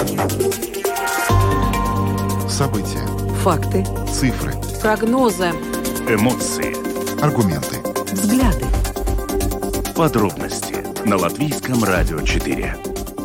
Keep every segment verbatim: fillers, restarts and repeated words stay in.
События. Факты. Цифры. Прогнозы. Эмоции. Аргументы. Взгляды. Подробности на Латвийском радио четыре.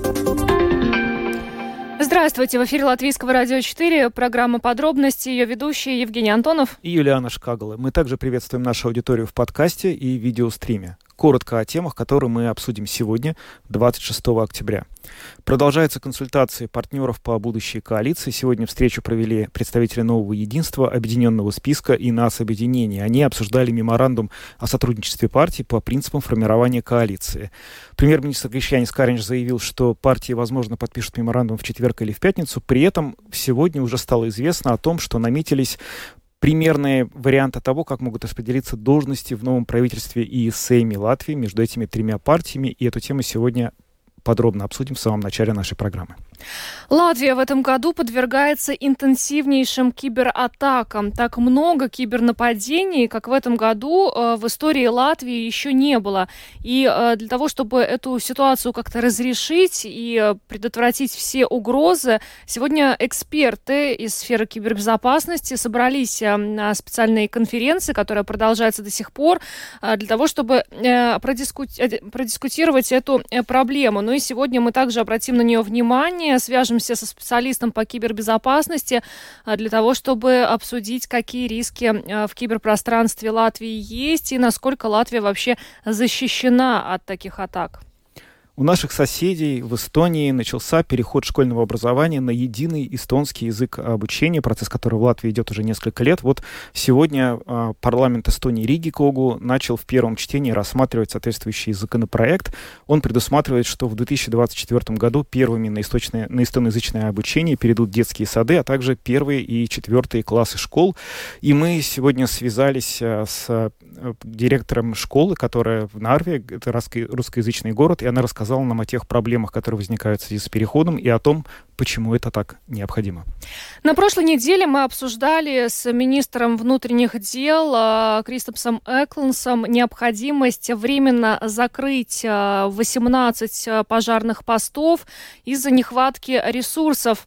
Здравствуйте, в эфире Латвийского радио четыре, программа «Подробности», ее ведущие Евгений Антонов и Юлиана Шкагала. Мы также приветствуем нашу аудиторию в подкасте и видеостриме. Коротко о темах, которые мы обсудим сегодня, двадцать шестого октября. Продолжаются консультации партнеров по будущей коалиции. Сегодня встречу провели представители Нового единства, Объединенного списка и Нацобъединения. Они обсуждали меморандум о сотрудничестве партий по принципам формирования коалиции. Премьер-министр Кришьянис Каринч заявил, что партии, возможно, подпишут меморандум в четверг или в пятницу. При этом сегодня уже стало известно о том, что наметились примерные варианты того, как могут распределиться должности в новом правительстве и Сейме Латвии между этими тремя партиями. И эту тему сегодня подробно обсудим в самом начале нашей программы. Латвия в этом году подвергается интенсивнейшим кибератакам. Так много кибернападений, как в этом году э, в истории Латвии еще не было. И э, для того, чтобы эту ситуацию как-то разрешить и э, предотвратить все угрозы, сегодня эксперты из сферы кибербезопасности собрались э, на специальной конференции, которая продолжается до сих пор, э, для того, чтобы э, продискути- э, продискутировать эту э, проблему. Ну и сегодня мы также обратим на нее внимание, свяжемся со специалистом по кибербезопасности для того, чтобы обсудить, какие риски в киберпространстве Латвии есть и насколько Латвия вообще защищена от таких атак. У наших соседей в Эстонии начался переход школьного образования на единый эстонский язык обучения, процесс, который в Латвии идет уже несколько лет. Вот сегодня э, парламент Эстонии Риги-Когу начал в первом чтении рассматривать соответствующий законопроект. Он предусматривает, что в две тысячи двадцать четвёртом году первыми на, источное, на эстоноязычное обучение перейдут детские сады, а также первые и четвертые классы школ. И мы сегодня связались э, с э, директором школы, которая в Нарве, это русскоязычный город, и она рассказала нам о тех проблемах, которые возникают в связи с переходом, и о том, почему это так необходимо. На прошлой неделе мы обсуждали с министром внутренних дел Кристопсом Эклунсом необходимость временно закрыть восемнадцать пожарных постов из-за нехватки ресурсов.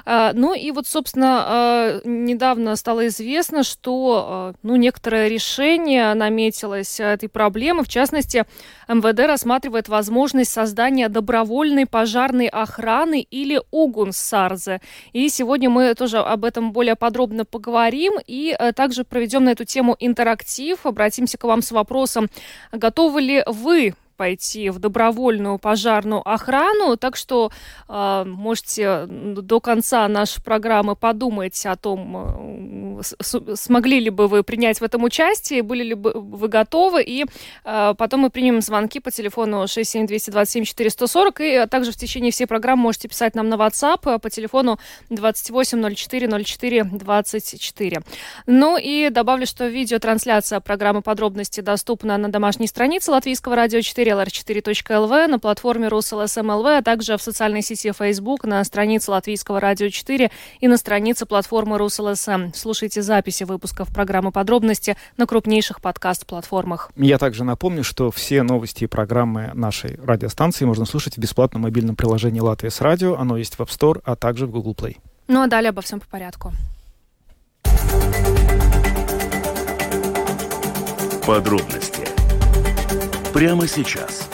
Ну и вот, собственно, недавно стало известно, что ну, некоторое решение наметилось этой проблемы. В частности, эм вэ дэ рассматривает возможность создания добровольной пожарной охраны или УГУНСАРЗа. И сегодня мы тоже об этом более подробно поговорим и также проведем на эту тему интерактив. Обратимся к вам с вопросом, готовы ли вы пойти в добровольную пожарную охрану, так что э, можете до конца нашей программы подумать о том, э, с- смогли ли бы вы принять в этом участие, были ли бы вы готовы, и э, потом мы примем звонки по телефону шесть семь два два семь четыре сто сорок, и также в течение всей программы можете писать нам на WhatsApp по телефону двадцать восемь ноль четыре ноль четыре двадцать четыре. Ну и добавлю, что видеотрансляция программы «Подробности» доступна на домашней странице Латвийского радио четыре эл эр четыре точка эл ви, на платформе РусЛСМ эл ви, а также в социальной сети Facebook, на странице Латвийского радио четыре и на странице платформы РусЛСМ. Слушайте записи выпусков программы «Подробности» на крупнейших подкаст-платформах. Я также напомню, что все новости и программы нашей радиостанции можно слушать в бесплатном мобильном приложении «Латвия с радио». Оно есть в App Store, а также в Google Play. Ну а далее обо всем по порядку. Подробности прямо сейчас.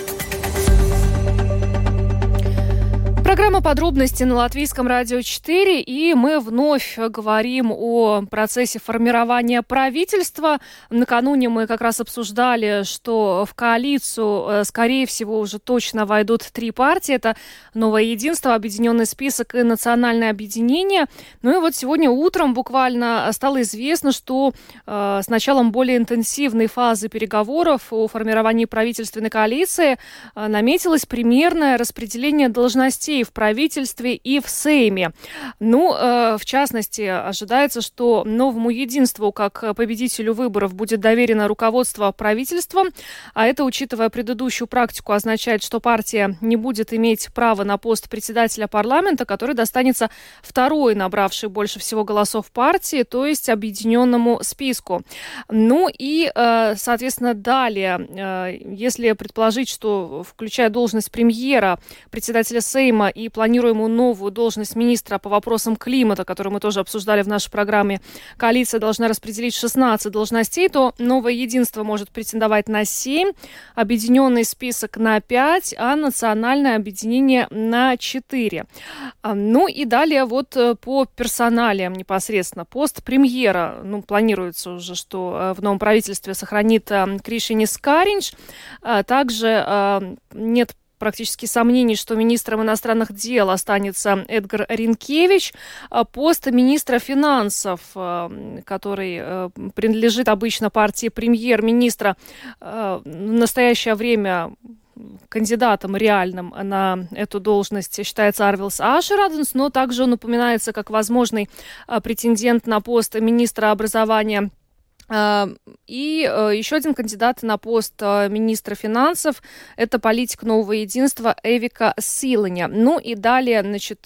Программа «Подробности» на Латвийском радио четыре, и мы вновь говорим о процессе формирования правительства. Накануне мы как раз обсуждали, что в коалицию, скорее всего, уже точно войдут три партии. Это Новое единство, Объединенный список и Национальное объединение. Ну и вот сегодня утром буквально стало известно, что э, с началом более интенсивной фазы переговоров о формировании правительственной коалиции э, наметилось примерное распределение должностей в правительстве и в Сейме. Ну, э, в частности, ожидается, что Новому единству, как победителю выборов, будет доверено руководство правительством, а это, учитывая предыдущую практику, означает, что партия не будет иметь права на пост председателя парламента, который достанется второй, набравшей больше всего голосов партии, то есть Объединенному списку. Ну и, э, соответственно, далее, э, если предположить, что, включая должность премьера, председателя Сейма и планируемую новую должность министра по вопросам климата, которую мы тоже обсуждали в нашей программе, коалиция должна распределить шестнадцать должностей, то Новое единство может претендовать на семь, объединенный список на пять, а национальное объединение на четыре. Ну и далее вот по персоналиям непосредственно. Пост премьера, ну, планируется уже, что в новом правительстве сохранит Кришьянис Кариньш. Также нет практически сомнений, что министром иностранных дел останется Эдгар Ринкевич. Пост министра финансов, который принадлежит обычно партии премьер-министра, в настоящее время кандидатом реальным на эту должность считается Арвилс Ашераденс, но также он упоминается как возможный претендент на пост министра образования. И еще один кандидат на пост министра финансов – это политик Нового единства Эвика Силаня. Ну и далее, значит,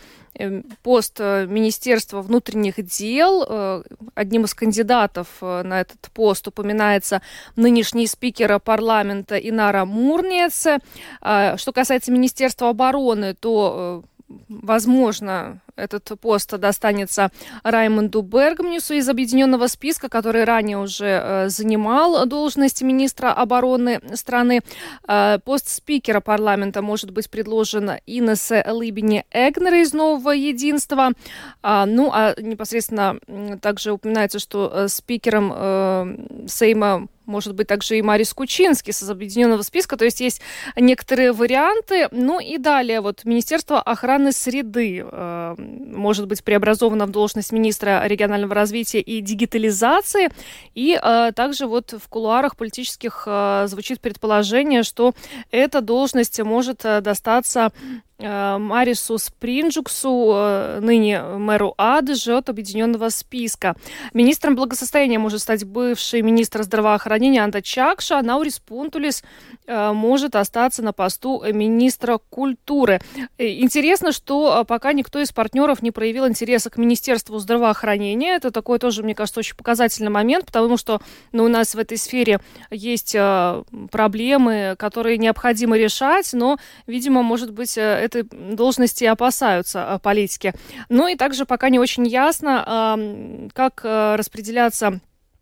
пост Министерства внутренних дел. Одним из кандидатов на этот пост упоминается нынешний спикер парламента Инара Мурниеце. Что касается Министерства обороны, то, возможно, этот пост достанется Раймонду Бергмнюсу из объединенного списка, который ранее уже э, занимал должность министра обороны страны. Э, пост спикера парламента может быть предложен Инессе Либине Эгнер из Нового единства. А, ну, а непосредственно также упоминается, что э, спикером э, Сейма может быть также и Марис Кучинский из объединенного списка. То есть есть некоторые варианты. Ну и далее вот Министерство охраны среды э, может быть преобразовано в должность министра регионального развития и дигитализации. И э, также вот в кулуарах политических э, звучит предположение, что эта должность может э, достаться Марису Спринджуксу, ныне мэру Адыжи, от объединенного списка. Министром благосостояния может стать бывший министр здравоохранения Анта Чакша, а Наурис Пунтулис может остаться на посту министра культуры. Интересно, что пока никто из партнеров не проявил интереса к Министерству здравоохранения. Это такой тоже, мне кажется, очень показательный момент, потому что ну, у нас в этой сфере есть проблемы, которые необходимо решать, но, видимо, может быть, этой должности опасаются политики. Ну и также пока не очень ясно, как распределяться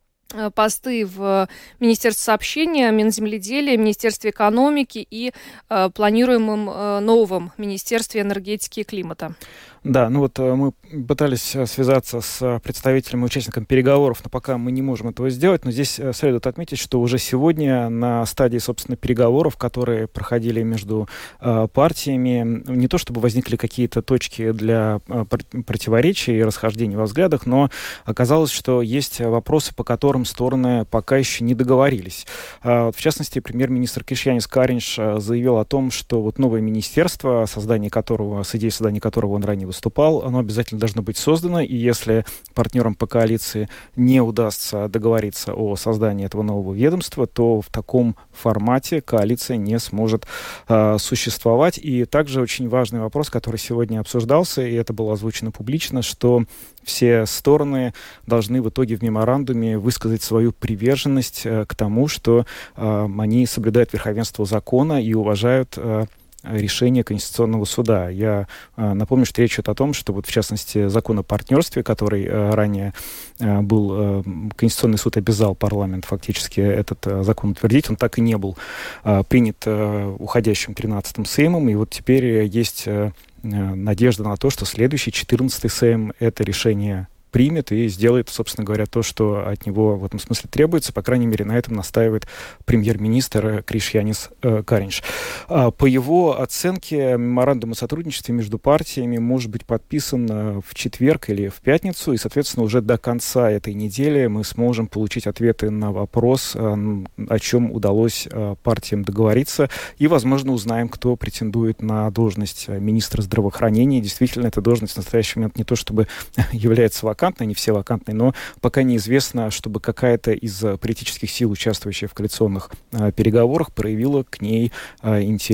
посты в Министерстве сообщения, Минземледелия, Министерстве экономики и э, планируемом э, новом Министерстве энергетики и климата. Да, ну вот мы пытались связаться с представителем и участником переговоров, но пока мы не можем этого сделать. Но здесь следует отметить, что уже сегодня на стадии, собственно, переговоров, которые проходили между э, партиями, не то чтобы возникли какие-то точки для э, противоречий и расхождений во взглядах, но оказалось, что есть вопросы, по которым стороны пока еще не договорились. Э, в частности, премьер-министр Кришьянис Кариньш заявил о том, что вот новое министерство, создание которого, с идеей создания которого он ранее выступал, оно обязательно должно быть создано, и если партнерам по коалиции не удастся договориться о создании этого нового ведомства, то в таком формате коалиция не сможет э, существовать. И также очень важный вопрос, который сегодня обсуждался, и это было озвучено публично, что все стороны должны в итоге в меморандуме высказать свою приверженность э, к тому, что э, они соблюдают верховенство закона и уважают э, решение Конституционного суда. Я э, напомню, что речь идет о том, что вот в частности закон о партнерстве, который э, ранее э, был, э, Конституционный суд обязал парламент фактически этот э, закон утвердить, он так и не был э, принят э, уходящим тринадцатым Сеймом, и вот теперь есть э, надежда на то, что следующий четырнадцатый Сейм это решение примет и сделает, собственно говоря, то, что от него в этом смысле требуется. По крайней мере, на этом настаивает премьер-министр Кришьянис э, Кариньш. А, по его оценке, меморандум о сотрудничестве между партиями может быть подписан э, в четверг или в пятницу, и, соответственно, уже до конца этой недели мы сможем получить ответы на вопрос, э, о чем удалось э, партиям договориться, и, возможно, узнаем, кто претендует на должность министра здравоохранения. Действительно, эта должность в настоящий момент не то чтобы является вакантной, не все вакантные, но пока неизвестно, чтобы какая-то из политических сил, участвующая в коалиционных э, переговорах, проявила к ней э, интерес.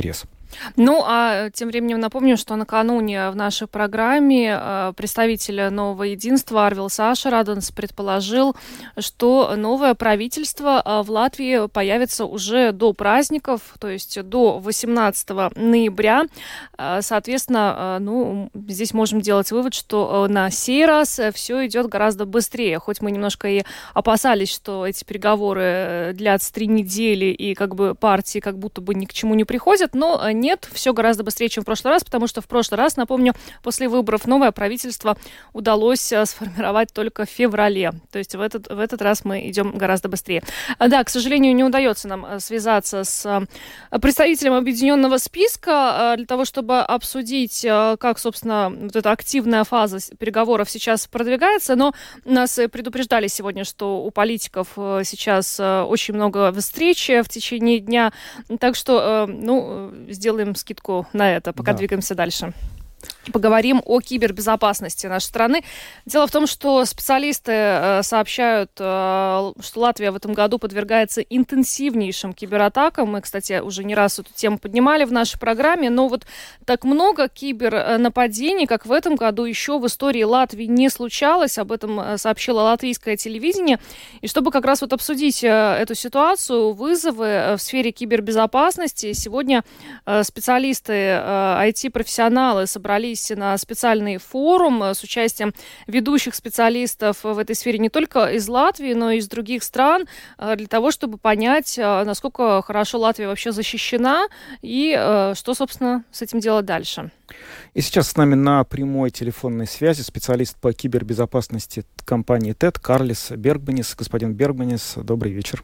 Ну, а тем временем напомню, что накануне в нашей программе представитель Нового единства Арвилс Ашараденс предположил, что новое правительство в Латвии появится уже до праздников, то есть до восемнадцатого ноября. Соответственно, ну, здесь можем делать вывод, что на сей раз все идет гораздо быстрее. Хоть мы немножко и опасались, что эти переговоры длятся три недели и как бы партии как будто бы ни к чему не приходят, но нет, все гораздо быстрее, чем в прошлый раз, потому что в прошлый раз, напомню, после выборов новое правительство удалось сформировать только в феврале. То есть в этот, в этот раз мы идем гораздо быстрее. Да, к сожалению, не удается нам связаться с представителем объединенного списка для того, чтобы обсудить, как, собственно, вот эта активная фаза переговоров сейчас продвигается, но нас предупреждали сегодня, что у политиков сейчас очень много встреч в течение дня, так что, ну, сделаем скидку на это, пока да. двигаемся дальше. Поговорим о кибербезопасности нашей страны. Дело в том, что специалисты сообщают, что Латвия в этом году подвергается интенсивнейшим кибератакам. Мы, кстати, уже не раз эту тему поднимали в нашей программе, но вот так много кибернападений, как в этом году, еще в истории Латвии не случалось. Об этом сообщило латвийское телевидение. И чтобы как раз вот обсудить эту ситуацию, вызовы в сфере кибербезопасности, сегодня специалисты, ай ти-профессионалы собрались на специальный форум с участием ведущих специалистов в этой сфере не только из Латвии, но и из других стран, для того, чтобы понять, насколько хорошо Латвия вообще защищена и что, собственно, с этим делать дальше. И сейчас с нами на прямой телефонной связи специалист по кибербезопасности компании ТЭД Карлис Бергманис. Господин Бергманис, добрый вечер.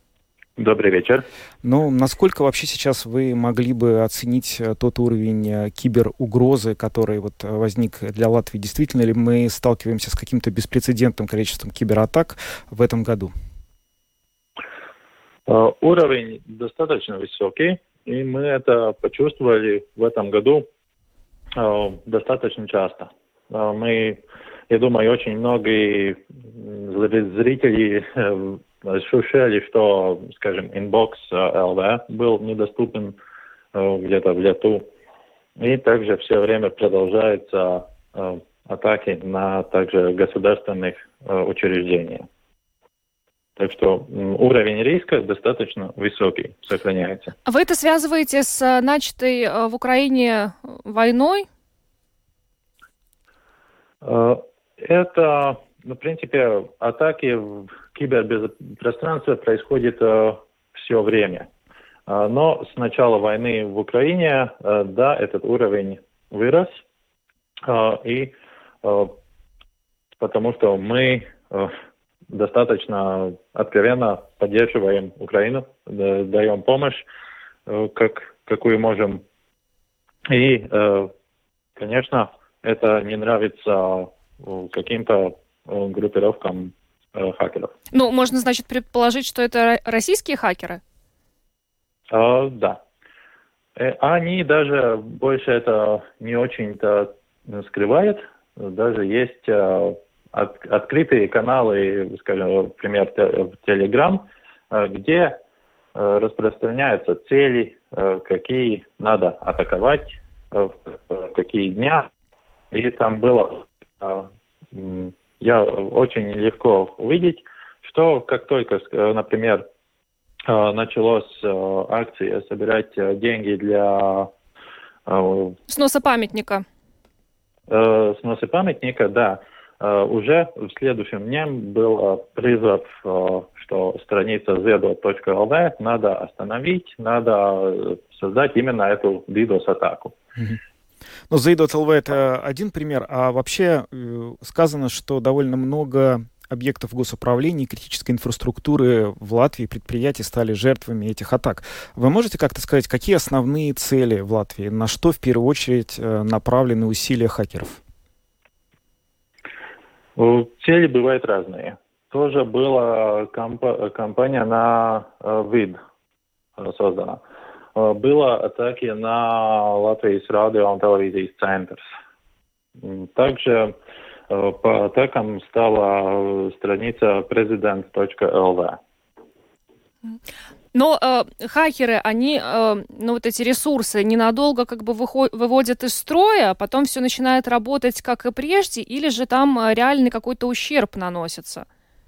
Добрый вечер. Ну, насколько вообще сейчас вы могли бы оценить тот уровень киберугрозы, который вот возник для Латвии? Действительно ли мы сталкиваемся с каким-то беспрецедентным количеством кибератак в этом году? Uh, уровень достаточно высокий, и мы это почувствовали в этом году uh, достаточно часто. Uh, мы, я думаю, очень многие зрители uh, ощущали, что, скажем, Inbox эл ви был недоступен э, где-то в лету. И также все время продолжаются э, атаки на также государственных э, учреждения. Так что э, уровень риска достаточно высокий, сохраняется. А вы это связываете с начатой э, в Украине войной? Э, это... Ну, в принципе, атаки в киберпространстве происходят э, все время. Э, но с начала войны в Украине, э, да, этот уровень вырос. Э, и э, потому что мы э, достаточно откровенно поддерживаем Украину, э, даем помощь, э, как, какую можем. И, э, конечно, это не нравится э, каким-то группировкам э, хакеров. Ну, можно, значит, предположить, что это российские хакеры? Э, да. Э, они даже больше это не очень-то скрывают. Даже есть э, от, открытые каналы, скажем, например, в Telegram, э, где э, распространяются цели, э, какие надо атаковать, э, в какие дня. И там было... Э, Я очень легко увидеть, что как только, например, началась акция собирать деньги для... Сноса памятника. Сноса памятника, да. Уже в следующем дне был призыв, что страница зедо точка эл ви надо остановить, надо создать именно эту DDoS-атаку. Mm-hmm. Ну, зедо точка эл ви это один пример, а вообще э, сказано, что довольно много объектов госуправления и критической инфраструктуры в Латвии, предприятий стали жертвами этих атак. Вы можете как-то сказать, какие основные цели в Латвии, на что в первую очередь э, направлены усилия хакеров? Цели бывают разные. Тоже была комп- компания на э, вид э, создана. Было атаки на Латвийс радио и телевизийс центрс. Также э, по атакам стала страница президент точка эл ви. Но э, хакеры, они, э, ну вот эти ресурсы ненадолго как бы выход- выводят из строя, а потом все начинает работать как и прежде, или же там э, реальный какой-то ущерб наносится?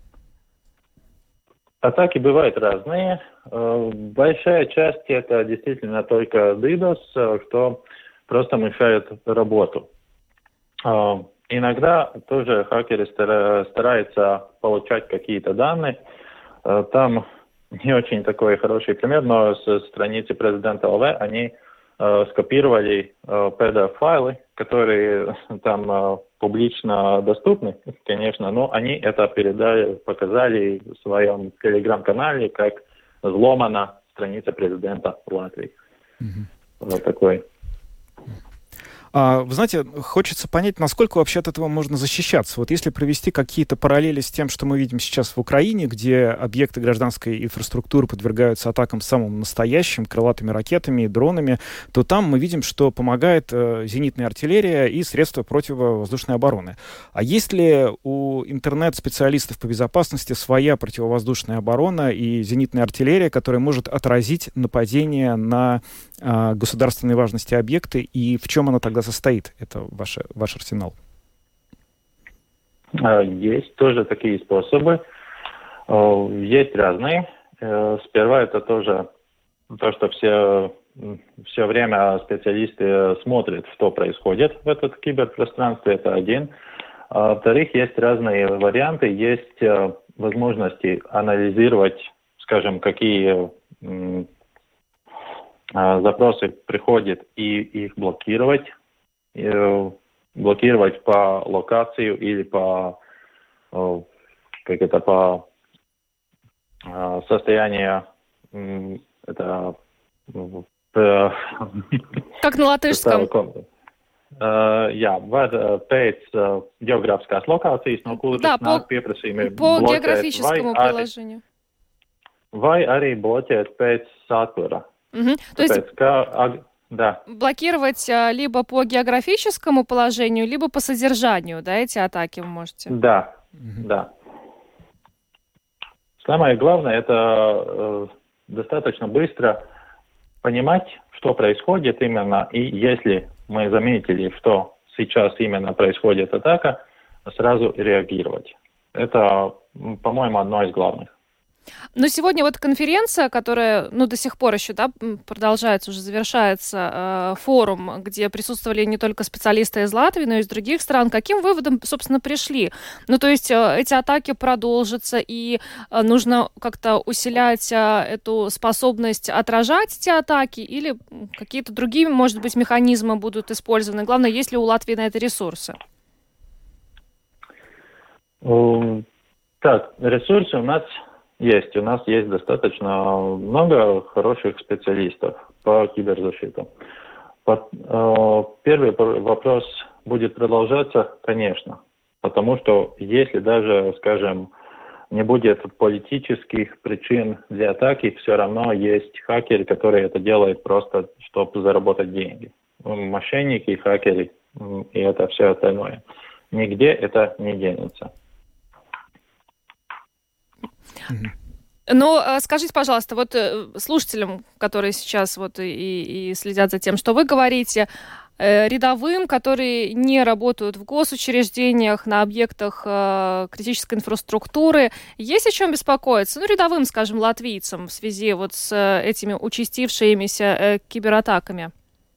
Атаки бывают разные. Большая часть это действительно только DDoS, что просто мешает работу. Иногда тоже хакеры стараются получать какие-то данные. Там не очень такой хороший пример, но с страницы президента эл вэ они скопировали пи ди эф-файлы, которые там э, публично доступны, конечно, но они это передали, показали в своем телеграм-канале, как взломана страница президента Латвии. Mm-hmm. Вот такой. А, вы знаете, хочется понять, насколько вообще от этого можно защищаться. Вот если провести какие-то параллели с тем, что мы видим сейчас в Украине, где объекты гражданской инфраструктуры подвергаются атакам самым настоящим, крылатыми ракетами и дронами, то там мы видим, что помогает э, зенитная артиллерия и средства противовоздушной обороны. А есть ли у интернет-специалистов по безопасности своя противовоздушная оборона и зенитная артиллерия, которая может отразить нападение на э, государственной важности объекты, и в чем она тогда состоит, это ваш, ваш арсенал? Есть тоже такие способы. Есть разные. Сперва это тоже то, что все, все время специалисты смотрят, что происходит в этом киберпространстве. Это один. Во-вторых, есть разные варианты. Есть возможности анализировать, скажем, какие запросы приходят, и их блокировать. блокировать по локацию или по, как это, по состоянию, это, как на латышском. Jā, var pēc geogrāfiskās lokācijas, no kuras да, nāk pieprasījumi по bloķēt, географическому vai положению. Arī, vai arī bloķēt pēc satura. Угу. То Tāpēc, есть ka, да. блокировать а, либо по географическому положению, либо по содержанию, да, эти атаки вы можете? Да, mm-hmm. да. Самое главное, это э, достаточно быстро понимать, что происходит именно, и если мы заметили, что сейчас именно происходит атака, сразу реагировать. Это, по-моему, одно из главных. Но сегодня вот конференция, которая, ну, до сих пор еще, да, продолжается, уже завершается, э, форум, где присутствовали не только специалисты из Латвии, но и из других стран. Каким выводом, собственно, пришли? Ну, то есть э, эти атаки продолжатся, и э, нужно как-то усилять э, эту способность отражать эти атаки, или какие-то другие, может быть, механизмы будут использованы? Главное, есть ли у Латвии на это ресурсы? Um, так, ресурсы у нас... Есть. У нас есть достаточно много хороших специалистов по киберзащите. Первый вопрос будет продолжаться, конечно, потому что если даже, скажем, не будет политических причин для атаки, все равно есть хакеры, которые это делают просто, чтобы заработать деньги. Мошенники, хакеры и это все остальное. Нигде это не денется. Ну, скажите, пожалуйста, вот слушателям, которые сейчас вот и, и следят за тем, что вы говорите, рядовым, которые не работают в госучреждениях, на объектах э, критической инфраструктуры, есть о чем беспокоиться? Ну, рядовым, скажем, латвийцам в связи вот с этими участившимися э, кибератаками.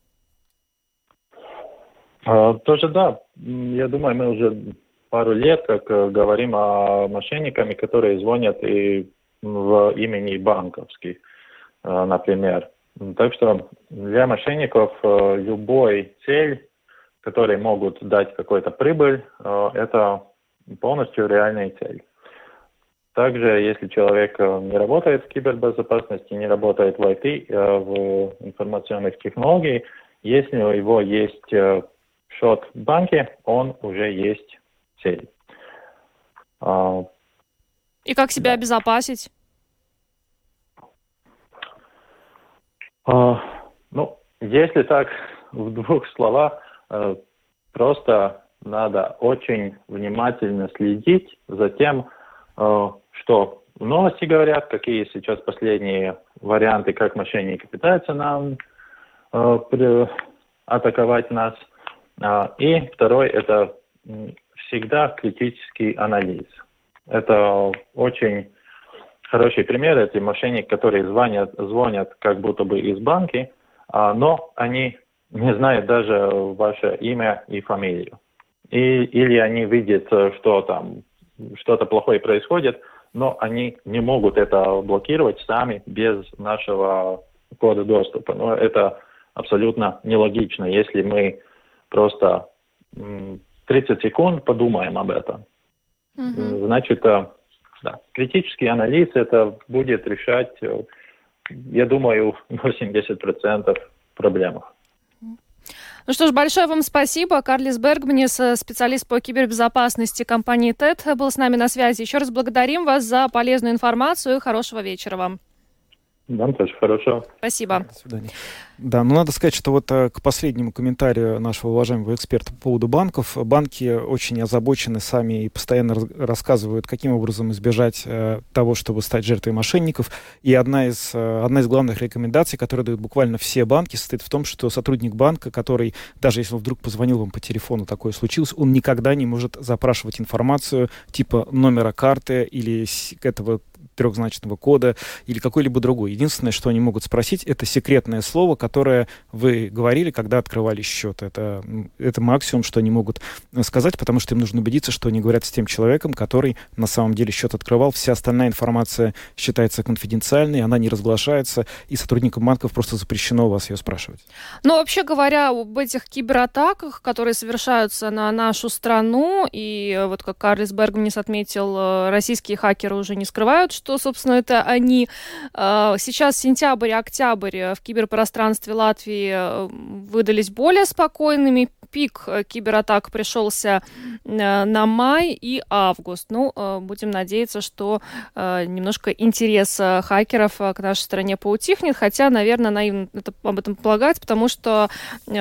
А, тоже да. Я думаю, мы уже пару лет как говорим о мошенниках, которые звонят и в имени банковских, например. Так что для мошенников любой цель, которые могут дать какую-то прибыль, это полностью реальная цель. Также, если человек не работает в кибербезопасности, не работает в ай ти, в информационных технологиях, если у него есть счет в банке, он уже есть цель. И как себя да. обезопасить? А, ну, если так, в двух словах, просто надо очень внимательно следить за тем, что новости говорят, какие сейчас последние варианты, как мошенники пытаются нам э, при, атаковать нас. А, и второй – это всегда критический анализ. Это очень хороший пример. Эти мошенники, которые звонят, звонят как будто бы из банки, а, но они не знают даже ваше имя и фамилию. И, или они видят, что там что-то плохое происходит, но они не могут это блокировать сами без нашего кода доступа. Но это абсолютно нелогично, если мы просто тридцать секунд подумаем об этом. Mm-hmm. Значит, да, критический анализ это будет решать, я думаю, восемьдесят процентов проблем. Ну что ж, большое вам спасибо. Карлис Бергманис, специалист по кибербезопасности компании ТЭД, был с нами на связи. Еще раз благодарим вас за полезную информацию и хорошего вечера вам. Вам тоже хорошо. Спасибо. До свидания. Да, ну надо сказать, что вот к последнему комментарию нашего уважаемого эксперта по поводу банков. Банки очень озабочены сами и постоянно рассказывают, каким образом избежать э, того, чтобы стать жертвой мошенников. И одна из, э, одна из главных рекомендаций, которые дают буквально все банки, состоит в том, что сотрудник банка, который, даже если он вдруг позвонил вам по телефону, такое случилось, он никогда не может запрашивать информацию типа номера карты или этого трехзначного кода или какой-либо другой. Единственное, что они могут спросить, это секретное слово, которое вы говорили, когда открывали счет. Это, это максимум, что они могут сказать, потому что им нужно убедиться, что они говорят с тем человеком, который на самом деле счет открывал. Вся остальная информация считается конфиденциальной, она не разглашается, и сотрудникам банков просто запрещено у вас ее спрашивать. Но вообще говоря об этих кибератаках, которые совершаются на нашу страну, и вот как Карлис Бергманис отметил, российские хакеры уже не скрывают, что, собственно, это они. Сейчас сентябрь-октябрь в киберпространстве Латвии выдались более спокойными. Пик кибератак пришелся на май и август. Ну, будем надеяться, что немножко интерес хакеров к нашей стране поутихнет, хотя, наверное, наивно это, об этом полагать, потому что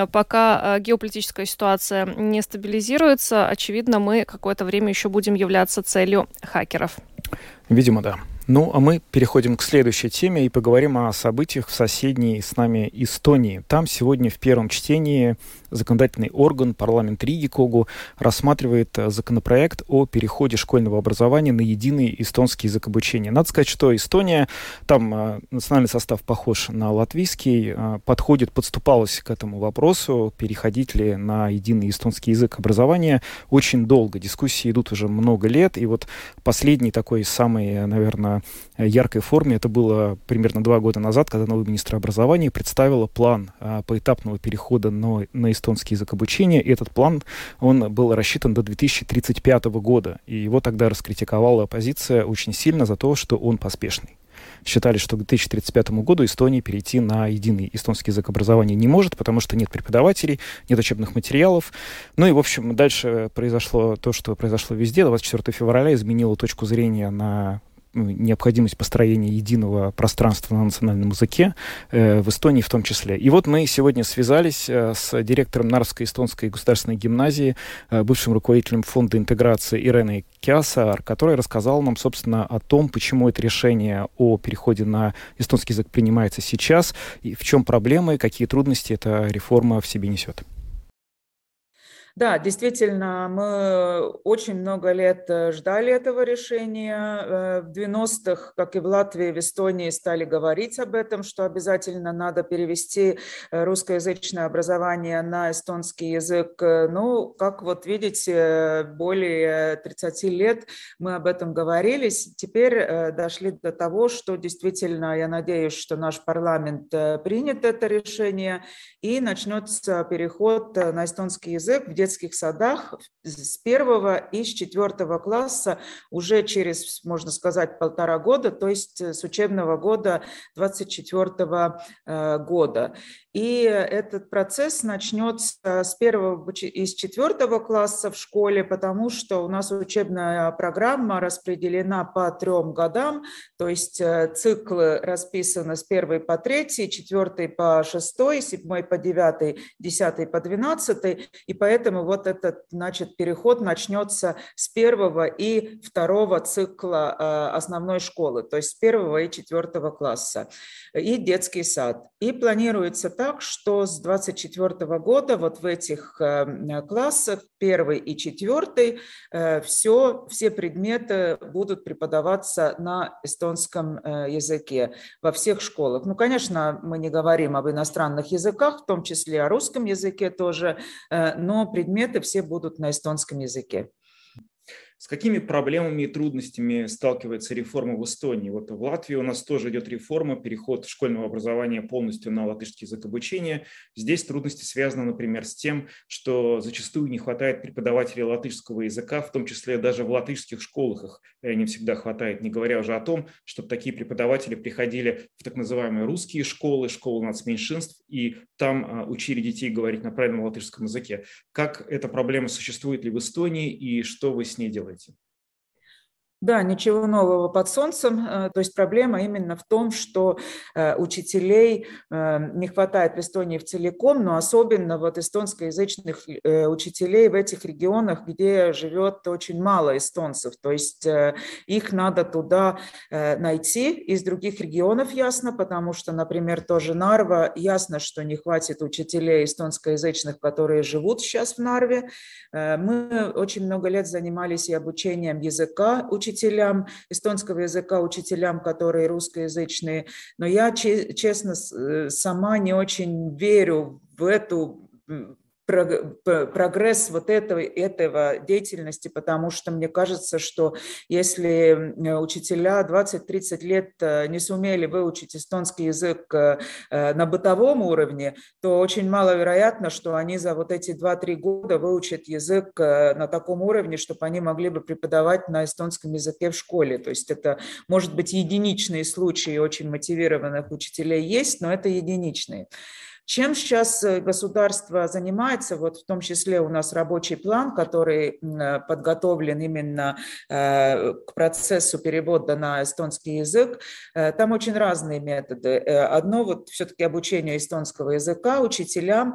пока геополитическая ситуация не стабилизируется, очевидно, мы какое-то время еще будем являться целью хакеров. Видимо, да. Ну, а мы переходим к следующей теме и поговорим о событиях в соседней с нами Эстонии. Там сегодня в первом чтении законодательный орган, парламент Риги Когу, рассматривает законопроект о переходе школьного образования на единый эстонский язык обучения. Надо сказать, что Эстония, там э, национальный состав похож на латвийский, э, подходит, подступалась к этому вопросу, переходить ли на единый эстонский язык образования очень долго. Дискуссии идут уже много лет, и вот последний такой самый, наверное, яркой форме это было примерно два года назад, когда новый министр образования представила план э, поэтапного перехода на, на эстонский язык обучения, и этот план, он был рассчитан до две тысячи тридцать пятого года, и его тогда раскритиковала оппозиция очень сильно за то, что он поспешный. Считали, что к две тысячи тридцать пятому году Эстония перейти на единый эстонский язык образования не может, потому что нет преподавателей, нет учебных материалов. Ну и, в общем, дальше произошло то, что произошло везде. двадцать четвёртого февраля изменило точку зрения на необходимость построения единого пространства на национальном языке, э, в Эстонии в том числе. И вот мы сегодня связались э, с директором Нарвской эстонской государственной гимназии, э, бывшим руководителем фонда интеграции Иреной Киасаар, который рассказал нам, собственно, о том, почему это решение о переходе на эстонский язык принимается сейчас, и в чем проблемы, какие трудности эта реформа в себе несет. Да, действительно, мы очень много лет ждали этого решения. В девяностых, как и в Латвии, в Эстонии стали говорить об этом, что обязательно надо перевести русскоязычное образование на эстонский язык. Ну, как вот видите, более тридцати лет мы об этом говорили. Теперь дошли до того, что действительно, я надеюсь, что наш парламент примет это решение и начнется переход на эстонский язык в детских садах с первого и с четвертого класса уже через, можно сказать, полтора года, то есть с учебного года двадцать четвёртого года. И этот процесс начнется с первого и с четвертого класса в школе, потому что у нас учебная программа распределена по трем годам, то есть циклы расписаны с первой по третий, четвертый по шестой, седьмой по девятый, десятый по двенадцатый, и поэтому поэтому вот этот, значит, переход начнется с первого и второго цикла основной школы, то есть с первого и четвертого класса, и детский сад. И планируется так, что с двадцать четвёртого года вот в этих классах, первый и четвертый, все, все предметы будут преподаваться на эстонском языке во всех школах. Ну, конечно, мы не говорим об иностранных языках, в том числе о русском языке тоже, но предметы все будут на эстонском языке. С какими проблемами и трудностями сталкивается реформа в Эстонии? Вот в Латвии у нас тоже идет реформа, переход школьного образования полностью на латышский язык обучения. Здесь трудности связаны, например, с тем, что зачастую не хватает преподавателей латышского языка, в том числе даже в латышских школах их не всегда хватает, не говоря уже о том, чтобы такие преподаватели приходили в так называемые русские школы, школы нацменьшинств, и там учили детей говорить на правильном латышском языке. Как эта проблема существует ли в Эстонии и что вы с ней делаете? Да, ничего нового под солнцем. То есть проблема именно в том, что учителей не хватает в Эстонии в целиком, но особенно вот эстонскоязычных учителей в этих регионах, где живет очень мало эстонцев. То есть их надо туда найти из других регионов, ясно, потому что, например, тоже Нарва, ясно, что не хватит учителей эстонскоязычных, которые живут сейчас в Нарве. Мы очень много лет занимались и обучением языка учителей, учителям эстонского языка, учителям, которые русскоязычные. Но я, честно, сама не очень верю в эту прогресс вот этого, этого деятельности, потому что мне кажется, что если учителя двадцать-тридцать лет не сумели выучить эстонский язык на бытовом уровне, то очень маловероятно, что они за вот эти два-три года выучат язык на таком уровне, чтобы они могли бы преподавать на эстонском языке в школе. То есть это, может быть, единичные случаи очень мотивированных учителей есть, но это единичные. Чем сейчас государство занимается, вот в том числе у нас рабочий план, который подготовлен именно к процессу перевода на эстонский язык, там очень разные методы. Одно вот все-таки обучение эстонского языка учителям,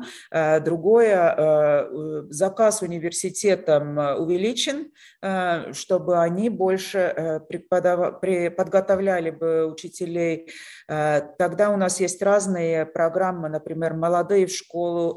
другое заказ университетам увеличен, чтобы они больше подготовляли бы учителей. Тогда у нас есть разные программы, например, молодые в школу,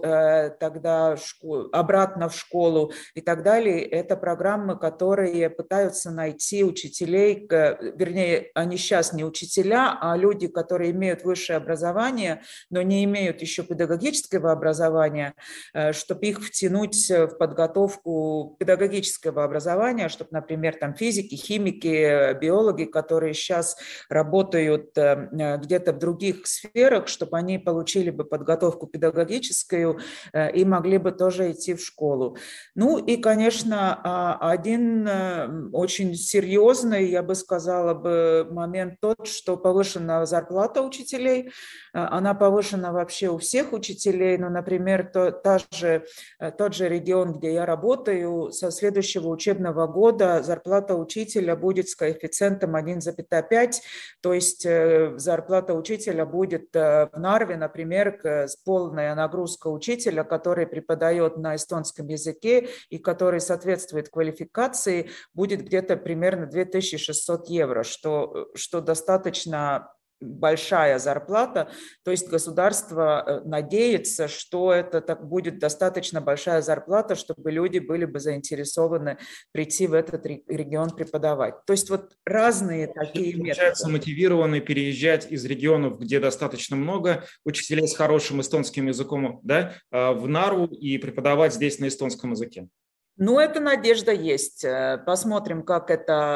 тогда обратно в школу и так далее. Это программы, которые пытаются найти учителей, вернее, они сейчас не учителя, а люди, которые имеют высшее образование, но не имеют еще педагогического образования, чтобы их втянуть в подготовку педагогического образования, чтобы, например, там физики, химики, биологи, которые сейчас работают где-то в других сферах, чтобы они получили бы подготовку подготовку педагогическую и могли бы тоже идти в школу. Ну и, конечно, один очень серьезный, я бы сказала бы, момент тот, что повышена зарплата учителей. Она повышена вообще у всех учителей. Ну, например, то, та же, тот же регион, где я работаю, со следующего учебного года зарплата учителя будет с коэффициентом один целых пять. То есть зарплата учителя будет в Нарве, например, с полная нагрузка учителя, который преподает на эстонском языке и который соответствует квалификации, будет где-то примерно две тысячи шестьсот евро, что, что достаточно большая зарплата, то есть государство надеется, что это так будет достаточно большая зарплата, чтобы люди были бы заинтересованы прийти в этот регион преподавать. То есть вот разные такие методы. Получается, мотивированы переезжать из регионов, где достаточно много учителей с хорошим эстонским языком, да, в Нарву и преподавать здесь на эстонском языке. Ну, эта надежда есть. Посмотрим, как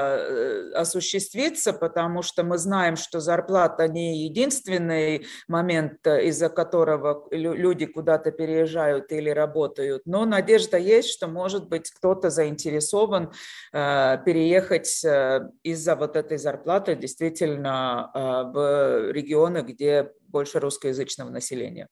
это осуществится, потому что мы знаем, что зарплата не единственный момент, из-за которого люди куда-то переезжают или работают, но надежда есть, что, может быть, кто-то заинтересован переехать из-за вот этой зарплаты действительно в регионы, где больше русскоязычного населения.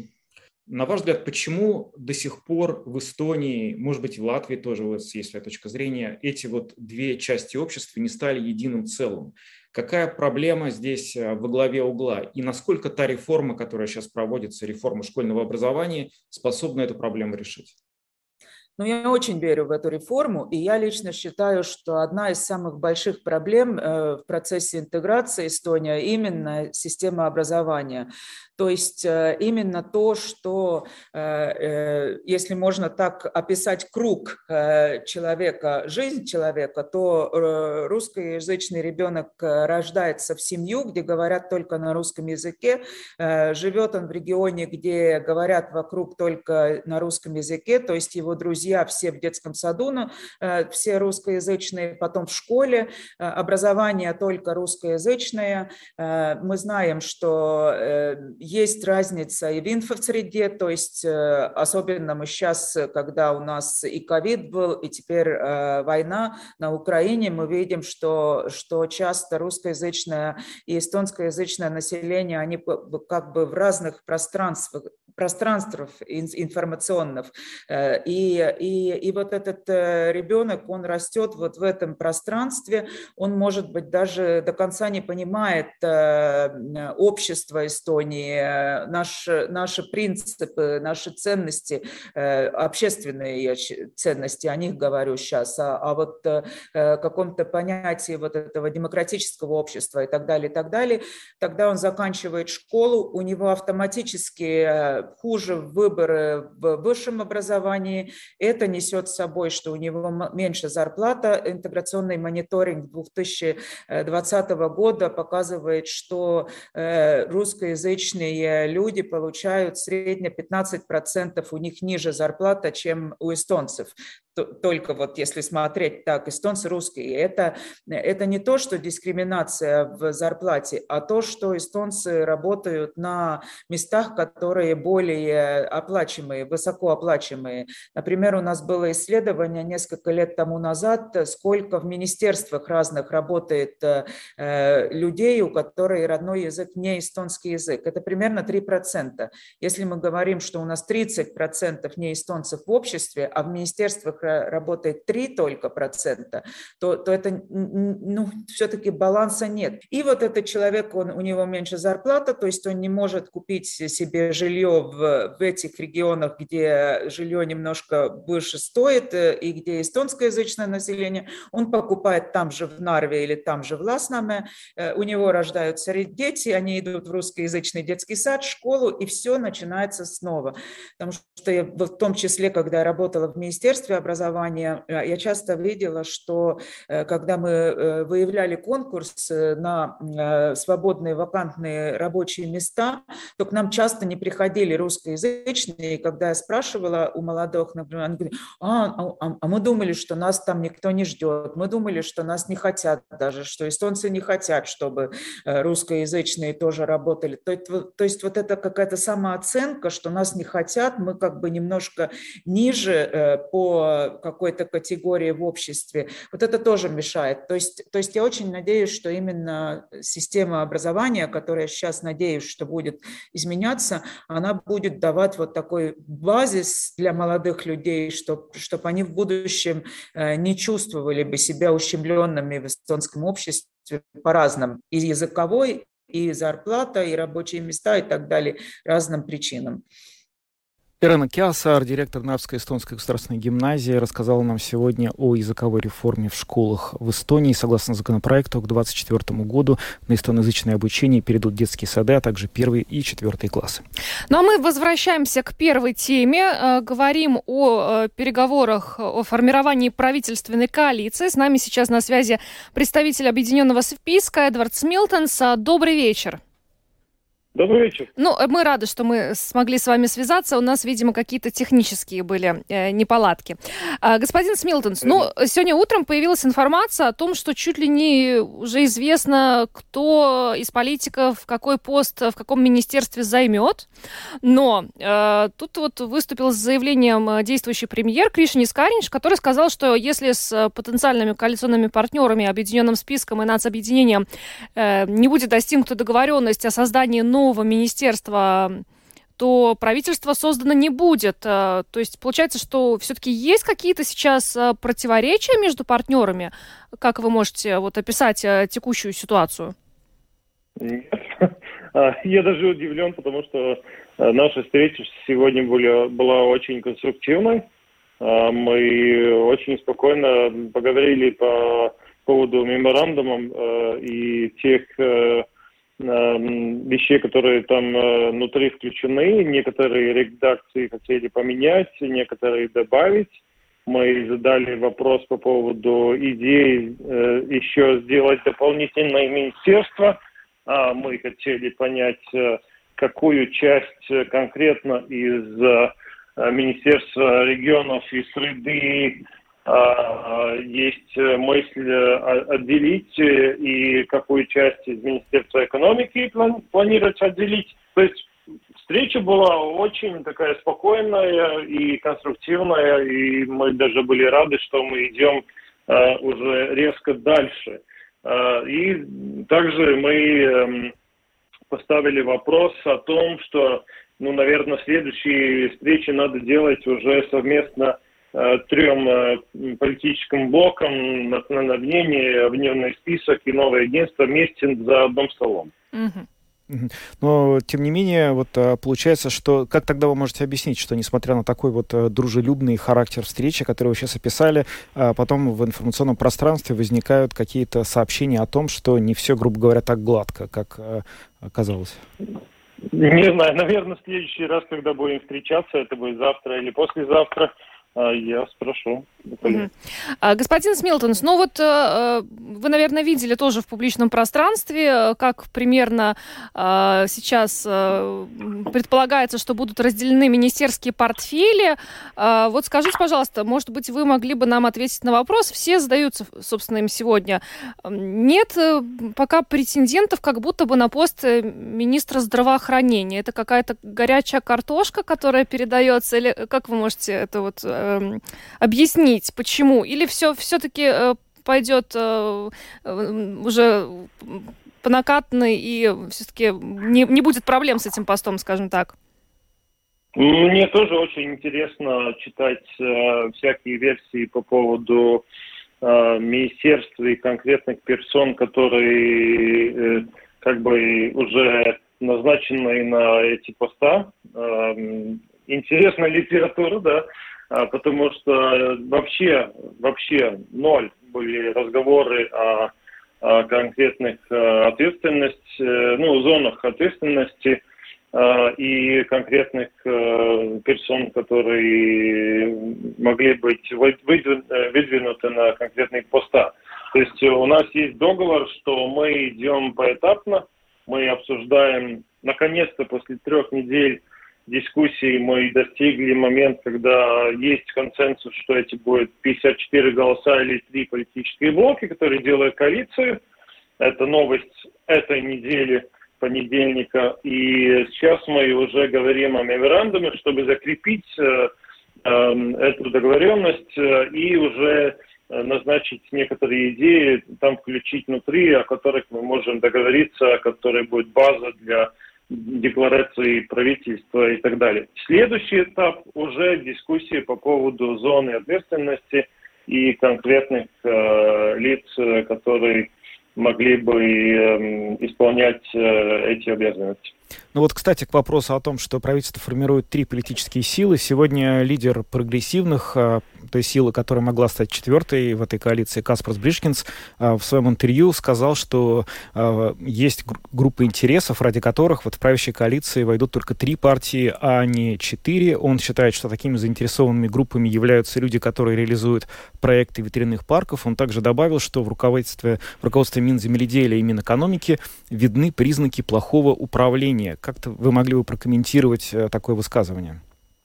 На ваш взгляд, почему до сих пор в Эстонии, может быть, в Латвии тоже у вас есть своя точка зрения, эти вот две части общества не стали единым целым? Какая проблема здесь во главе угла? И насколько та реформа, которая сейчас проводится, реформа школьного образования, способна эту проблему решить? Ну, я очень верю в эту реформу, и я лично считаю, что одна из самых больших проблем в процессе интеграции Эстонии именно система образования. То есть именно то, что, если можно так описать круг человека, жизнь человека, то русскоязычный ребенок рождается в семью, где говорят только на русском языке, живет он в регионе, где говорят вокруг только на русском языке, то есть его друзья все в детском саду, но, все русскоязычные, потом в школе, образование только русскоязычное. Мы знаем, что есть разница и в инфосреде, то есть особенно мы сейчас, когда у нас и ковид был, и теперь война на Украине, мы видим, что, что часто русскоязычное и эстонскоязычное население, они как бы в разных пространствах, пространствах информационных. И, и, и вот этот ребенок, он растет вот в этом пространстве, он, может быть, даже до конца не понимает общество Эстонии, наши, наши принципы, наши ценности, общественные ценности, о них говорю сейчас, а, а вот каком-то понятии вот этого демократического общества и так далее, и так далее, тогда он заканчивает школу, у него автоматически хуже выборы в высшем образовании. Это несет с собой, что у него меньше зарплата. Интеграционный мониторинг две тысячи двадцатого года показывает, что русскоязычные люди получают средне пятнадцать процентов у них ниже зарплата, чем у эстонцев. Только вот если смотреть так, эстонцы русские, это, это не то, что дискриминация в зарплате, а то, что эстонцы работают на местах, которые более оплачиваемые, высокооплачиваемые. Например, у нас было исследование несколько лет тому назад, сколько в министерствах разных работает э, людей, у которых родной язык не эстонский язык. Это примерно три процента. Если мы говорим, что у нас тридцать процентов не эстонцев в обществе, а в министерствах работает три только процента, то, то это, ну, все-таки баланса нет. И вот этот человек, он, у него меньше зарплата, то есть он не может купить себе жилье в, в этих регионах, где жилье немножко выше стоит и где эстонскоязычное население. Он покупает там же в Нарве или там же в Ласнаме, у него рождаются дети, они идут в русскоязычный детский сад, школу, и все начинается снова. Потому что я, в том числе, когда я работала в Министерстве образования, я часто видела, что когда мы выявляли конкурс на свободные вакантные рабочие места, то к нам часто не приходили русскоязычные. И когда я спрашивала у молодых, например, они говорят: а, а, а мы думали, что нас там никто не ждет, мы думали, что нас не хотят даже, что эстонцы не хотят, чтобы русскоязычные тоже работали. То, то есть вот это какая-то самооценка, что нас не хотят, мы как бы немножко ниже по какой-то категории в обществе. Вот это тоже мешает. То есть, то есть я очень надеюсь, что именно система образования, которая сейчас, надеюсь, что будет изменяться, она будет давать вот такой базис для молодых людей, чтобы, чтобы они в будущем не чувствовали бы себя ущемленными в эстонском обществе по-разному. И языковой, и зарплата, и рабочие места, и так далее, разным причинам. Ирена Киасар, директор Нарвской эстонской государственной гимназии, рассказала нам сегодня о языковой реформе в школах в Эстонии. Согласно законопроекту, к двадцать четвёртому году на эстоноязычное обучение перейдут детские сады, а также первые и четвертые классы. Ну а мы возвращаемся к первой теме. Говорим о переговорах о формировании правительственной коалиции. С нами сейчас на связи представитель объединенного списка Эдвард Смилтенс. Добрый вечер. Добрый вечер. Ну, мы рады, что мы смогли с вами связаться. У нас, видимо, какие-то технические были э, неполадки. А, господин Смилтенс, mm-hmm. ну, сегодня утром появилась информация о том, что чуть ли не уже известно, кто из политиков какой пост в каком министерстве займет. Но э, тут вот выступил с заявлением действующий премьер Кришинис Кариньш, который сказал, что если с потенциальными коалиционными партнерами, объединенным списком и нацобъединением э, не будет достигнута договоренность о создании нового нового министерства, то правительство создано не будет. То есть получается, что все-таки есть какие-то сейчас противоречия между партнерами? Как вы можете вот описать текущую ситуацию? Нет. Я даже удивлен, потому что наша встреча сегодня была, была очень конструктивной. Мы очень спокойно поговорили по поводу меморандумов и тех вещей, которые там внутри включены. Некоторые редакции хотели поменять, некоторые добавить. Мы задали вопрос по поводу идеи еще сделать дополнительное министерство. Мы хотели понять, какую часть конкретно из Министерства регионов и среды есть мысль отделить и какую часть из Министерства экономики планируется отделить. То есть встреча была очень такая спокойная и конструктивная, и мы даже были рады, что мы идем уже резко дальше. И также мы поставили вопрос о том, что, ну, наверное, следующие встречи надо делать уже совместно э, трем э, политическим блокам: национальное объединение, объединенный список и новое единство вместе за одним столом. Mm-hmm. Но, тем не менее, вот получается, что... Как тогда вы можете объяснить, что, несмотря на такой вот дружелюбный характер встречи, который вы сейчас описали, потом в информационном пространстве возникают какие-то сообщения о том, что не все, грубо говоря, так гладко, как оказалось? Не знаю, наверное, в следующий раз, когда будем встречаться, это будет завтра или послезавтра, я спрошу. Mm-hmm. Господин Смилтонс, ну вот вы, наверное, видели тоже в публичном пространстве, как примерно сейчас предполагается, что будут разделены министерские портфели. Вот скажите, пожалуйста, может быть, вы могли бы нам ответить на вопрос? Все задаются, собственно, им сегодня. Нет пока претендентов как будто бы на пост министра здравоохранения. Это какая-то горячая картошка, которая передается? Или как вы можете это вот объяснить, почему? Или все все-таки э, пойдет э, уже по накатанной и все-таки не, не будет проблем с этим постом, скажем так? Мне тоже очень интересно читать э, всякие версии по поводу э, министерства и конкретных персон, которые э, как бы уже назначены на эти поста. Э, интересная литература, да. Потому что вообще, вообще ноль были разговоры о, о конкретных ответственности, ну, зонах ответственности и конкретных персон, которые могли быть выдвинуты на конкретные поста. То есть у нас есть договор, что мы идем поэтапно, мы обсуждаем, наконец-то, после трех недель дискуссии мы достигли момент, когда есть консенсус, что эти будут пятьдесят четыре голоса или три политические блоки, которые делают коалицию. Это новость этой недели, понедельника. И сейчас мы уже говорим о меморандуме, чтобы закрепить э, э, эту договоренность э, и уже назначить некоторые идеи, там включить внутри, о которых мы можем договориться, которые будут база для декларации правительства и так далее. Следующий этап уже дискуссии по поводу зоны ответственности и конкретных э, лиц, которые могли бы э, исполнять э, эти обязанности. Ну вот, кстати, к вопросу о том, что правительство формирует три политические силы. Сегодня лидер прогрессивных, той силы, которая могла стать четвертой в этой коалиции, Каспарс Бришкинс, в своем интервью сказал, что есть группа интересов, ради которых вот в правящей коалиции войдут только три партии, а не четыре. Он считает, что такими заинтересованными группами являются люди, которые реализуют проекты ветряных парков. Он также добавил, что в руководстве, в руководстве Минземельделия и Минэкономики видны признаки плохого управления. Как-то вы могли бы прокомментировать такое высказывание?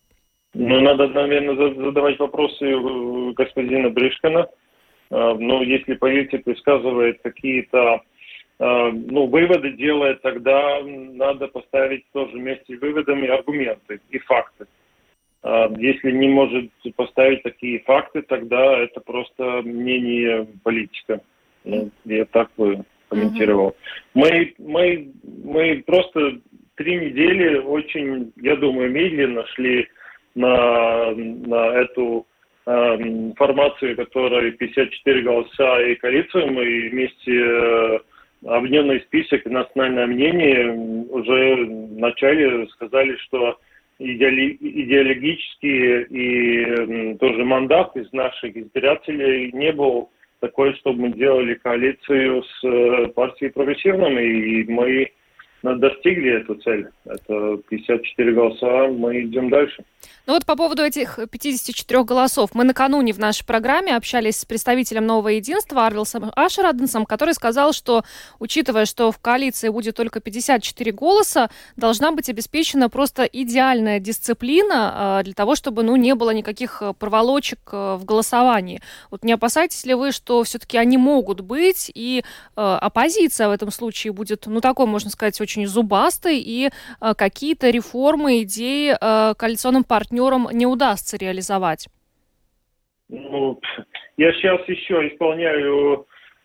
Ну, надо, наверное, задавать вопросы господина Бришкина. Ну, если правительство предсказывает какие-то ну, выводы делает, тогда надо поставить тоже вместе с выводами аргументы и факты. Если не может поставить такие факты, тогда это просто мнение политика. Ну, я так бы комментировал. Mm-hmm. Мы, мы, мы просто три недели очень, я думаю, медленно шли на, на эту э, формацию, которая пятьдесят четыре голоса и коалиция. Мы вместе э, объединенный список и национальное мнение уже вначале сказали, что идеали- идеологический и тоже мандат из наших избирателей не был такой, чтобы мы делали коалицию с партией прогрессивными, и мы достигли эту цель. Это пятьдесят четыре голоса, мы идем дальше. Ну вот по поводу этих пятидесяти четырёх голосов. Мы накануне в нашей программе общались с представителем Нового единства Арвилсом Ашераденсом, который сказал, что, учитывая, что в коалиции будет только пятьдесят четыре голоса, должна быть обеспечена просто идеальная дисциплина для того, чтобы ну, не было никаких проволочек в голосовании. Вот не опасаетесь ли вы, что все-таки они могут быть, и оппозиция в этом случае будет, ну такой, можно сказать, очень зубастой, и какие-то реформы, идеи коалиционным партнерам не удастся реализовать? Ну, я сейчас еще исполняю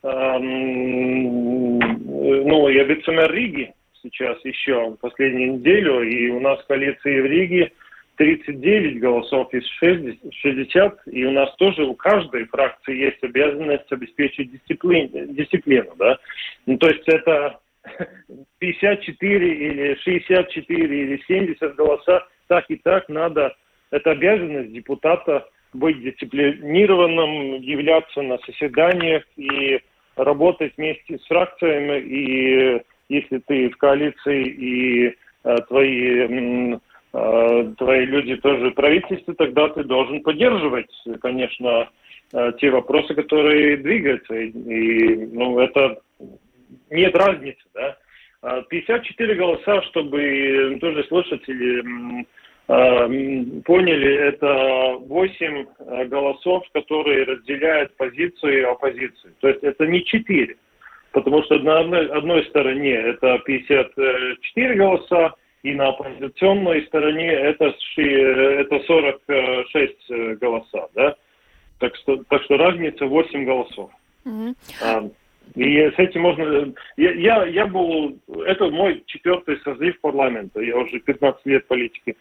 эм, ну, я вице-мэр Риги сейчас еще последнюю неделю, и у нас в коалиции в Риге тридцать девять голосов из шестидесяти, и у нас тоже у каждой фракции есть обязанность обеспечить дисциплин, дисциплину, да? Ну, то есть это пятьдесят четыре или шестьдесят четыре или семьдесят голоса, так и так надо. Это обязанность депутата быть дисциплинированным, являться на заседаниях и работать вместе с фракциями. И если ты в коалиции и э, твои, э, твои люди тоже в правительстве, тогда ты должен поддерживать, конечно, э, те вопросы, которые двигаются. И, и ну, это нет разницы, да. пятьдесят четыре голоса, чтобы тоже слушатели поняли, это восемь голосов, которые разделяют позицию и оппозицию. То есть это не четыре, потому что на одной, одной стороне это пятьдесят четыре голоса, и на оппозиционной стороне это, это сорок шесть голоса. Да? Так, что, так что разница восемь голосов. Mm-hmm. И с этим можно... Я, я, я был... Это мой четвертый созыв парламента. Я уже пятнадцать лет в политике.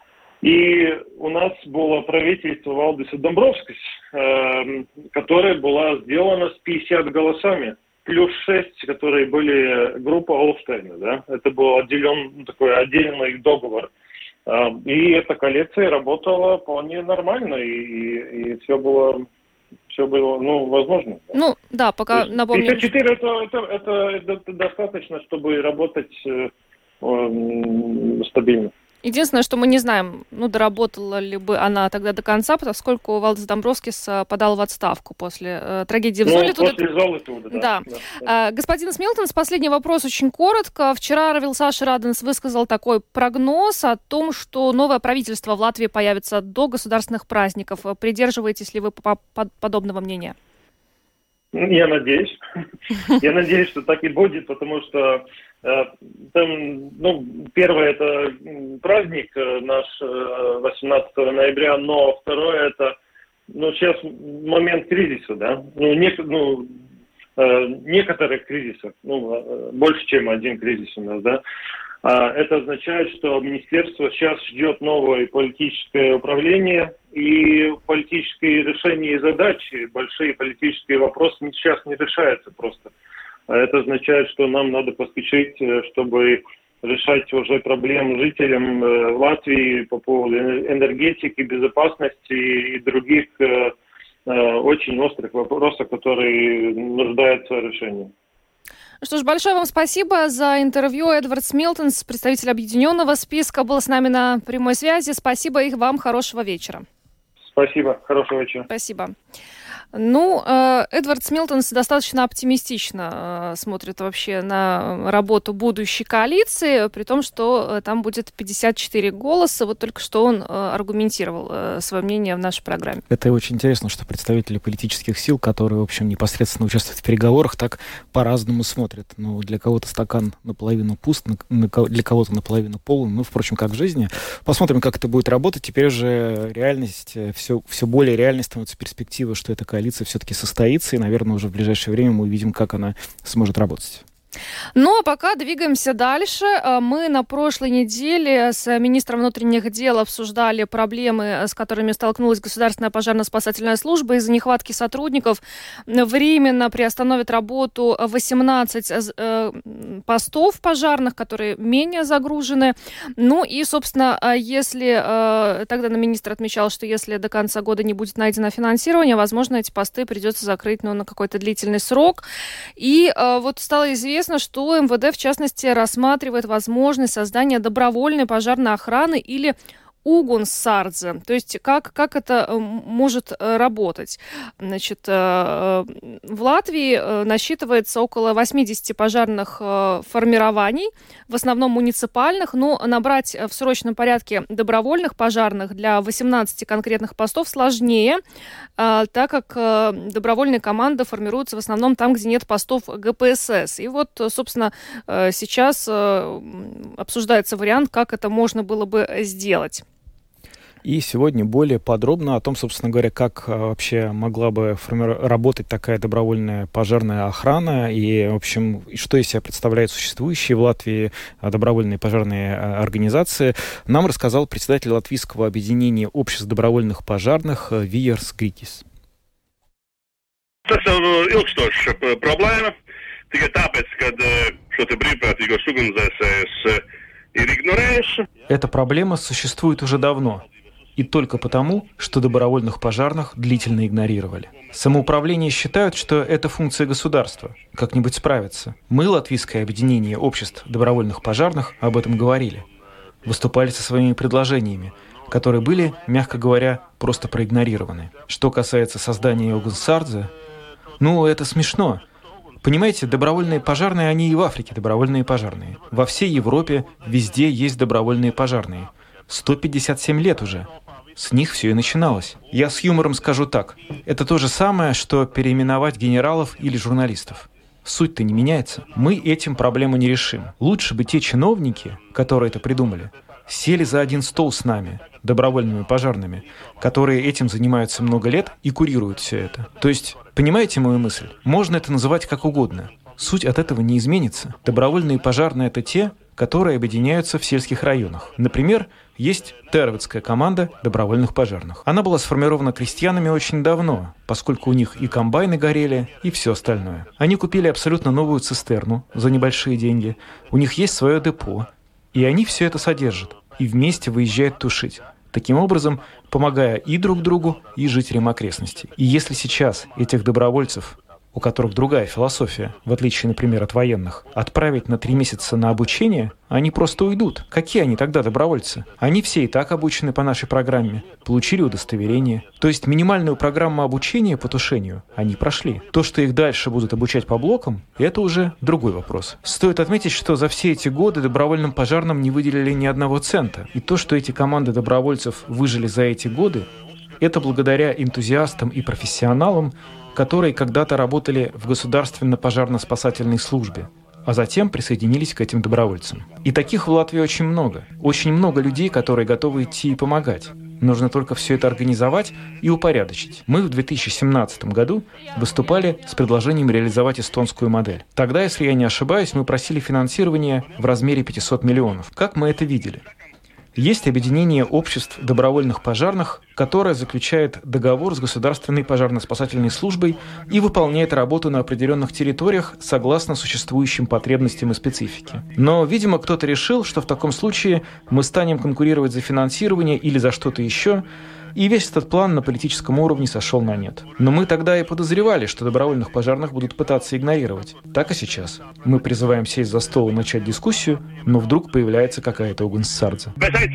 И у нас было правительство Валдиса Домбровскис, э, которое было сделано с пятьюдесятью голосами, плюс шесть, которые были группа Олштейна. Да? Это был отделен, такой отдельный договор. Э, и эта коалиция работала вполне нормально, и, и, и все было... Все было, ну, возможно. Ну, да, пока напомню. пятьдесят четыре это, это, это, это достаточно, чтобы работать э, э, стабильно. Единственное, что мы не знаем, ну, доработала ли бы она тогда до конца, поскольку Валдис Домбровскис подал в отставку после э, трагедии в ну, Золотуде. После Золотуда, да. Да. да, да. А, господин Смилтонс, последний вопрос очень коротко. Вчера Арвилс Ашераденс высказал такой прогноз о том, что новое правительство в Латвии появится до государственных праздников. Придерживаетесь ли вы подобного мнения? Я надеюсь. Я надеюсь, что так и будет, потому что э, там, ну, первое это праздник наш восемнадцатого ноября, но второе это, ну, сейчас момент кризиса, да, ну, не, ну э, некоторых кризисов, ну, больше, чем один кризис у нас, да. Это означает, что министерство сейчас ждет новое политическое управление и политические решения и задачи, большие политические вопросы сейчас не решаются просто. Это означает, что нам надо поспешить, чтобы решать уже проблемы жителям Латвии по поводу энергетики, безопасности и других очень острых вопросов, которые нуждаются в решении. Что ж, большое вам спасибо за интервью. Эдвард Смилтонс, представитель Объединенного списка, был с нами на прямой связи. Спасибо и вам хорошего вечера. Спасибо, хорошего вечера. Спасибо. Ну, Эдвард Смилтонс достаточно оптимистично смотрит вообще на работу будущей коалиции, при том, что там будет пятьдесят четыре голоса. Вот только что он аргументировал свое мнение в нашей программе. Это очень интересно, что представители политических сил, которые, в общем, непосредственно участвуют в переговорах, так по-разному смотрят. Ну, для кого-то стакан наполовину пуст, для кого-то наполовину полон. Ну, впрочем, как в жизни. Посмотрим, как это будет работать. Теперь уже реальность, все, все более реальной становится перспектива, что это коалиция все-таки состоится, и, наверное, уже в ближайшее время мы увидим, как она сможет работать. Ну, а пока двигаемся дальше. Мы на прошлой неделе с министром внутренних дел обсуждали проблемы, с которыми столкнулась Государственная пожарно-спасательная служба. Из-за нехватки сотрудников временно приостановят работу восемнадцать постов пожарных, которые менее загружены. Ну и, собственно, если... Тогда министр отмечал, что если до конца года не будет найдено финансирование, возможно, эти посты придется закрыть, ну, на какой-то длительный срок. И вот стало известно, что МВД, в частности, рассматривает возможность создания добровольной пожарной охраны или Угунсардзе. То есть как, как это может работать? Значит, в Латвии насчитывается около восемьдесят пожарных формирований, в основном муниципальных, но набрать в срочном порядке добровольных пожарных для восемнадцати конкретных постов сложнее, так как добровольные команды формируются в основном там, где нет постов ГПСС. И вот, собственно, сейчас обсуждается вариант, как это можно было бы сделать. И сегодня более подробно о том, собственно говоря, как вообще могла бы форми- работать такая добровольная пожарная охрана и, в общем, что из себя представляют существующие в Латвии добровольные пожарные организации, нам рассказал председатель Латвийского объединения обществ добровольных пожарных Виерс Гритис. Tas jau ilgstoša problēma, tikai tāpēc, ka šo te brīvprātīgos ugunsdzēsējus ir ignorējuši. Эта проблема существует уже давно. И только потому, что добровольных пожарных длительно игнорировали. Самоуправление считают, что это функция государства. Как-нибудь справиться. Мы, Латвийское объединение обществ добровольных пожарных, об этом говорили. Выступали со своими предложениями, которые были, мягко говоря, просто проигнорированы. Что касается создания Угунсардзе, ну, это смешно. Понимаете, добровольные пожарные, они и в Африке добровольные пожарные. Во всей Европе везде есть добровольные пожарные. сто пятьдесят семь лет уже. С них все и начиналось. Я с юмором скажу так. Это то же самое, что переименовать генералов или журналистов. Суть-то не меняется. Мы этим проблему не решим. Лучше бы те чиновники, которые это придумали, сели за один стол с нами, добровольными пожарными, которые этим занимаются много лет и курируют все это. То есть, понимаете мою мысль? Можно это называть как угодно. Суть от этого не изменится. Добровольные пожарные — это те, которые объединяются в сельских районах. Например, есть Тервицкая команда добровольных пожарных. Она была сформирована крестьянами очень давно, поскольку у них и комбайны горели, и все остальное. Они купили абсолютно новую цистерну за небольшие деньги. У них есть свое депо, и они все это содержат, и вместе выезжают тушить. Таким образом, помогая и друг другу, и жителям окрестностей. И если сейчас этих добровольцев, у которых другая философия, в отличие, например, от военных, отправить на три месяца на обучение, они просто уйдут. Какие они тогда добровольцы? Они все и так обучены по нашей программе, получили удостоверение. То есть минимальную программу обучения по тушению они прошли. То, что их дальше будут обучать по блокам, это уже другой вопрос. Стоит отметить, что за все эти годы добровольным пожарным не выделили ни одного цента. И то, что эти команды добровольцев выжили за эти годы, это благодаря энтузиастам и профессионалам, которые когда-то работали в государственно-пожарно-спасательной службе, а затем присоединились к этим добровольцам. И таких в Латвии очень много. Очень много людей, которые готовы идти и помогать. Нужно только все это организовать и упорядочить. Мы в две тысячи семнадцатом году выступали с предложением реализовать эстонскую модель. Тогда, если я не ошибаюсь, мы просили финансирование в размере пятьсот миллионов. Как мы это видели? Есть объединение обществ добровольных пожарных, которое заключает договор с Государственной пожарно-спасательной службой и выполняет работу на определенных территориях согласно существующим потребностям и специфике. Но, видимо, кто-то решил, что в таком случае мы станем конкурировать за финансирование или за что-то еще, и весь этот план на политическом уровне сошел на нет. Но мы тогда и подозревали, что добровольных пожарных будут пытаться игнорировать. Так и сейчас. Мы призываем сесть за стол и начать дискуссию, но вдруг появляется какая-то Угунсардзе.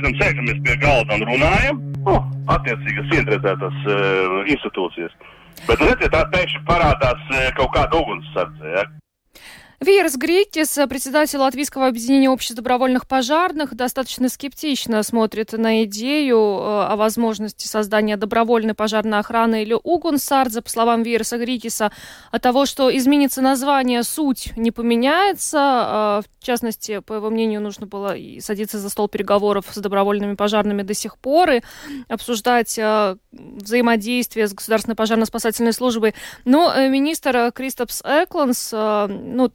Виерс Гритис, председатель Латвийского объединения обществ добровольных пожарных, достаточно скептично смотрит на идею о возможности создания добровольной пожарной охраны или Угунсардзе. По словам Виерса Гритиса, от того, что изменится название, суть не поменяется. В частности, по его мнению, нужно было садиться за стол переговоров с добровольными пожарными до сих пор и обсуждать взаимодействие с Государственной пожарно-спасательной службой. Но министр Кристопс Эклунс, ну, так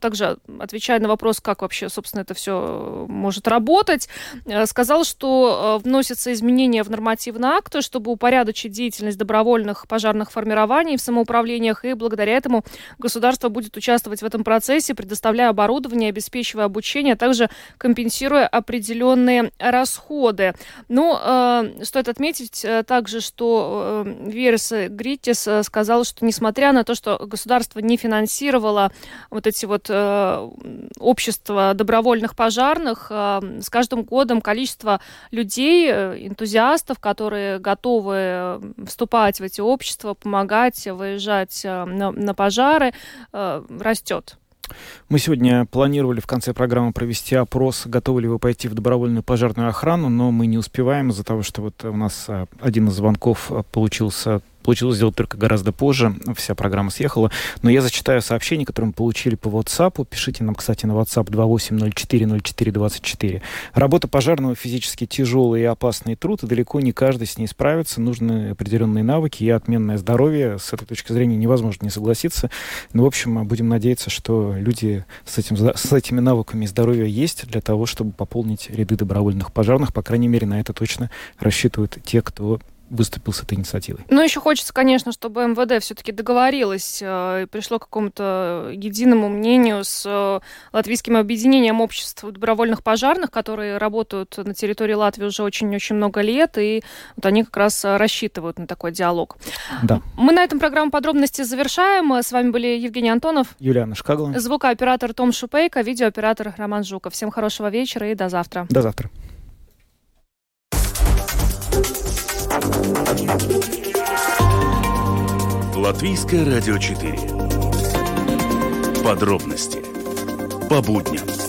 также отвечая на вопрос, как вообще, собственно, это все может работать, сказал, что вносятся изменения в нормативный акт, чтобы упорядочить деятельность добровольных пожарных формирований в самоуправлениях, и благодаря этому государство будет участвовать в этом процессе, предоставляя оборудование, обеспечивая обучение, а также компенсируя определенные расходы. Ну, э, стоит отметить также, что э, Вирис Гритис сказал, что несмотря на то, что государство не финансировало вот эти вот э, общества добровольных пожарных, э, с каждым годом количество людей, энтузиастов, которые готовы вступать в эти общества, помогать, выезжать э, на, на пожары, э, растет. Мы сегодня планировали в конце программы провести опрос, готовы ли вы пойти в добровольную пожарную охрану, но мы не успеваем из-за того, что вот у нас один из звонков получился Получилось сделать только гораздо позже, вся программа съехала. Но я зачитаю сообщение, которое мы получили по WhatsApp. Пишите нам, кстати, на WhatsApp два восемь ноль четыре ноль четыре двадцать четыре. Работа пожарного физически тяжелый и опасный труд, и далеко не каждый с ней справится. Нужны определенные навыки и отменное здоровье. С этой точки зрения невозможно не согласиться. Но, в общем, будем надеяться, что люди с, этим, с этими навыками здоровья есть для того, чтобы пополнить ряды добровольных пожарных. По крайней мере, на это точно рассчитывают те, кто выступил с этой инициативой. Ну, еще хочется, конечно, чтобы эм вэ дэ все-таки договорилось э, и пришло к какому-то единому мнению с э, Латвийским объединением обществ добровольных пожарных, которые работают на территории Латвии уже очень-очень много лет, и вот они как раз рассчитывают на такой диалог. Да. Мы на этом программу подробности завершаем. С вами были Евгений Антонов, Юлиана Шкагла, звукооператор Том Шупейко, видеооператор Роман Жуков. Всем хорошего вечера и до завтра. До завтра. Латвийское радио четыре. Подробности по будням.